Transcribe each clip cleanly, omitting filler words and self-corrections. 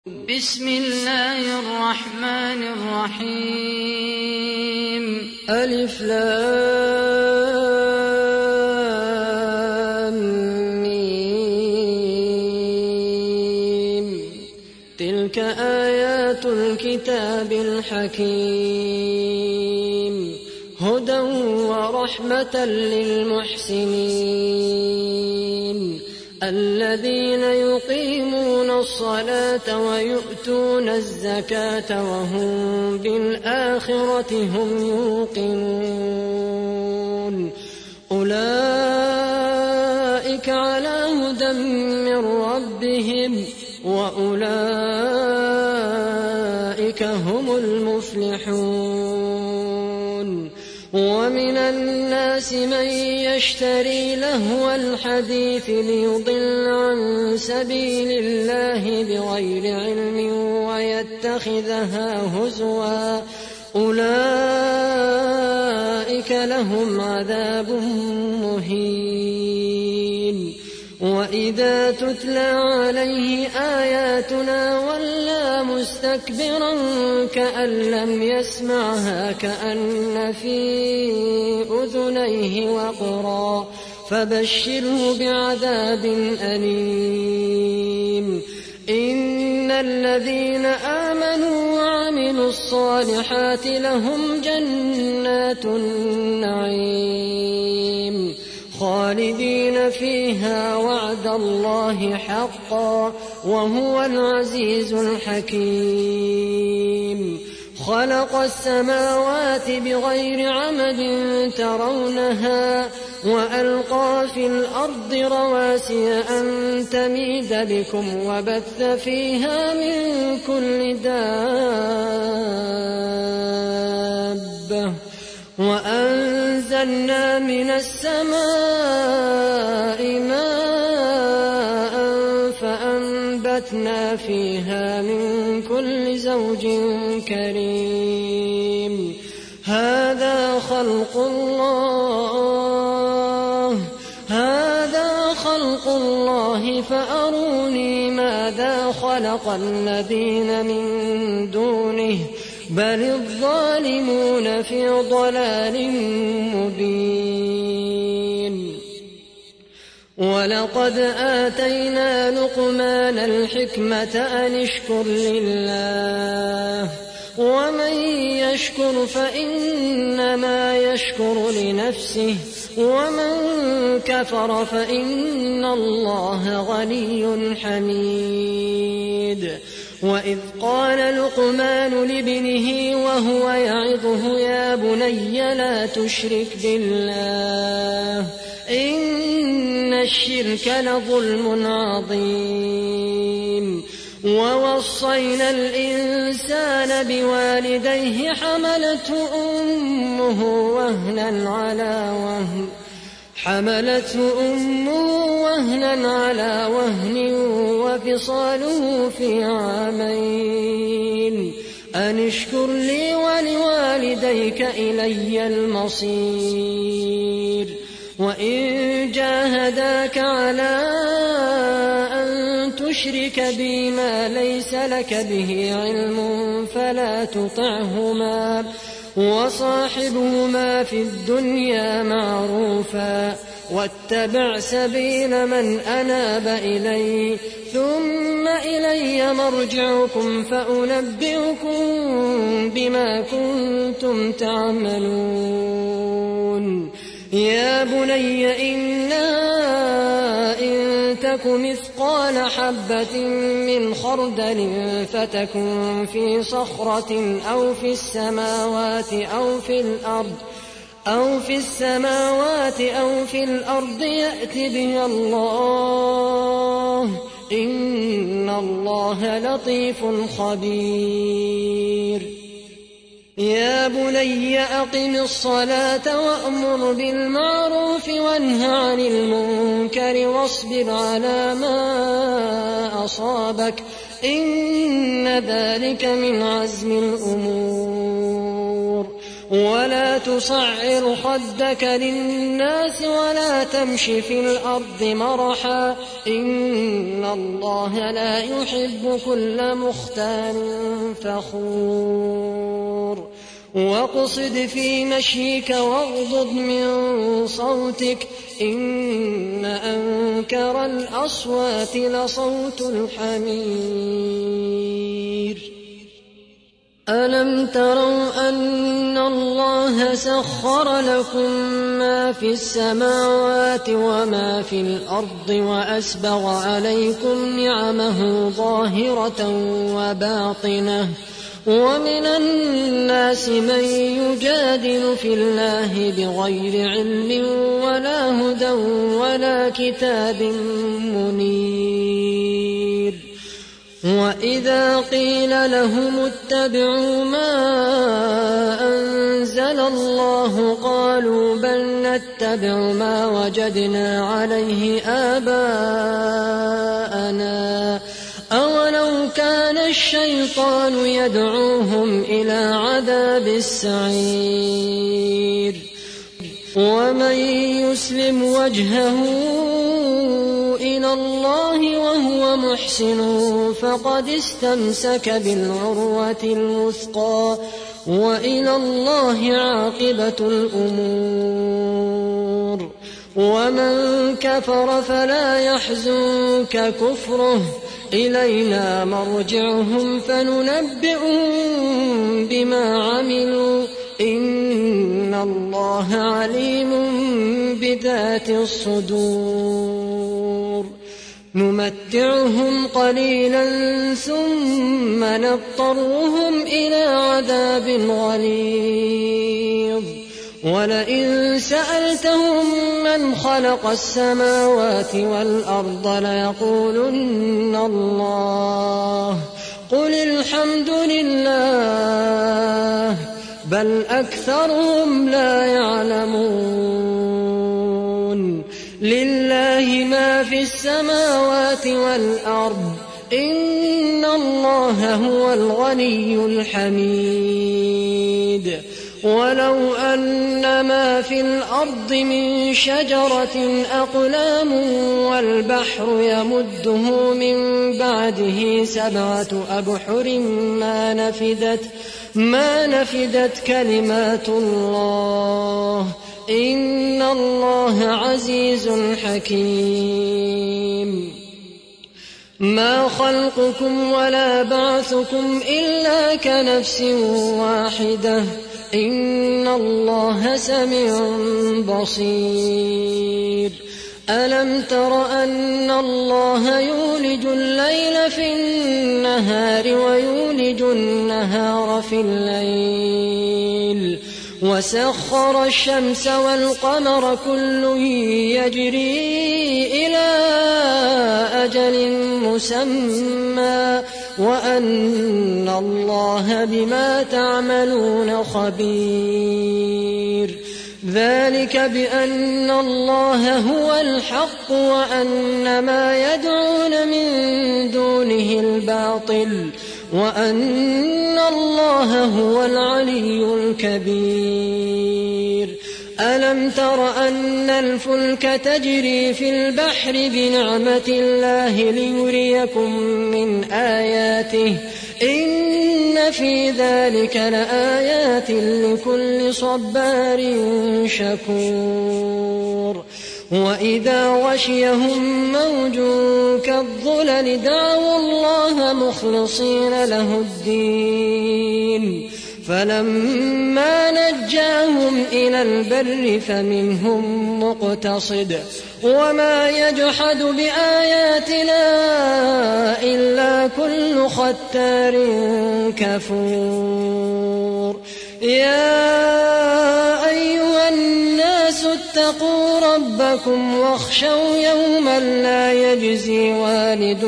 بسم الله الرحمن الرحيم. ألف لام ميم. تلك آيات الكتاب الحكيم هدى ورحمة للمحسنين الذين يقيمون الصلاة ويؤتون الزكاة وهم بالآخرة هم يوقنون أولئك على هدى من ربهم وأولئك هم المفلحون. ومن الناس من يشتري لهو الحديث ليضل عن سبيل الله بغير علم ويتخذها هزوا أولئك لهم عذاب مهين. وإذا تتلى عليه آياتنا ولى مستكبرا كأن لم يسمعها كأن في أذنيه وقرا فبشره بعذاب أليم. إن الذين آمنوا وعملوا الصالحات لهم جنات النعيم خالدين فيها وعد الله حقا وهو العزيز الحكيم. خلق السماوات بغير عمد ترونها وألقى في الأرض رواسي أن تميد بكم وبث فيها من كل دابة وأنزلنا من السماء ماء فأنبتنا فيها من كل زوج كريم. هذا خلق الله فأروني ماذا خلق الذين من دونه بل الظالمون في ضلال مبين. ولقد آتينا لقمان الحكمة أن اشكر لله ومن يشكر فإنما يشكر لنفسه ومن كفر فإن الله غني حميد. وإذ قال لقمان لابنه وهو يعظه يا بني لا تشرك بالله إن الشرك لظلم عظيم. ووصينا الإنسان بوالديه حملته أمه وهنا على وهن وفصاله في عامين أن اشكر لي ولوالديك إلي المصير. وإن جاهداك على أن تشرك بي ما ليس لك به علم فلا تطعهما وصاحبهما في الدنيا معروفا واتبع سبيل من أناب إلي ثم إلي مرجعكم فأنبئكم بما كنتم تعملون. يا بني إن تك مثقال حبة من خردل فتكن في صخرة أو في السماوات أو في الأرض يأت بها الله إن الله لطيف خبير. يا بني أقم الصلاة وأمر بالمعروف وانه عن المنكر واصبر على ما أصابك إن ذلك من عزم الأمور. ولا تصعر خدك للناس ولا تمش في الأرض مرحا إن الله لا يحب كل مختال فخور واقصد في مشيك واغضض من صوتك إن أنكر الأصوات لصوت الحمير ألم تروا أن الله سخر لكم ما في السماوات وما في الأرض وأسبغ عليكم نعمه ظاهرة وباطنة ومن الناس من يجادل في الله بغير علم ولا هدى ولا كتاب منير وإذا قيل لهم اتبعوا ما أنزل الله قالوا بل نتبع ما وجدنا عليه آباءنا أولو كان الشيطان يدعوهم إلى عذاب السعير ومن يسلم وجهه إلى الله وهو محسن فقد استمسك بالعروة الوثقى وإلى الله عاقبة الأمور ومن كفر فلا يحزنك كفره إلينا مرجعهم فننبئهم بما عملوا إن الله عليم بذات الصدور نمتعهم قليلا ثم نضطرهم إلى عذاب غليظ ولئن سألتهم من خلق السماوات والأرض ليقولن الله قل الحمد لله بل أكثرهم لا يعلمون لله ما في السماوات والأرض إن الله هو الغني الحميد ولو أن ما في الأرض من شجرة أقلام والبحر يمده من بعده 7 أبحر ما نفدت كلمات الله إن الله عزيز حكيم ما خلقكم ولا بعثكم إلا كنفس واحدة إن الله سميع بصير ألم تر أن الله يولج الليل في النهار ويولج النهار في الليل وسخر الشمس والقمر كل يجري إلى أجل مسمى وأن الله بما تعملون خبير ذلك بأن الله هو الحق وأن ما يدعون من دونه الباطل وأن الله هو العلي الكبير ألم تر أن الفلك تجري في البحر بنعمة الله ليريكم من آياته إن في ذلك لآيات لكل صبار شكور وإذا غشيهم موج كالظلل دعوا الله مخلصين له الدين فلما نجاهم إلى البر فمنهم مقتصد وما يجحد بآياتنا إلا كل ختار كفور يا أيها الناس اتقوا ربكم واخشوا يوما لا يجزي والد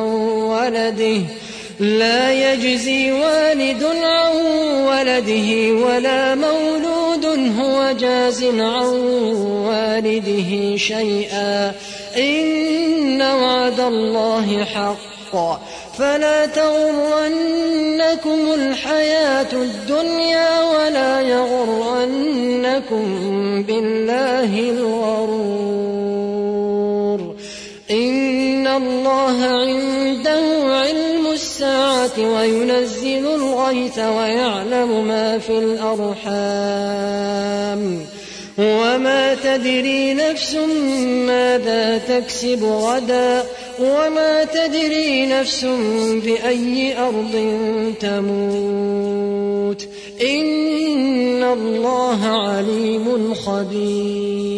عن ولده ولا مولود هو جاز عن والده شيئا إن وعد الله حق فلا تغرنكم الحياة الدنيا ولا يغرنكم بالله الغرور إن الله عنده علم الساعة وينزل الغيث ويعلم ما في الأرحام وما تدري نفس ماذا تكسب غدا وما تدري نفس بأي أرض تموت إن الله عليم خبير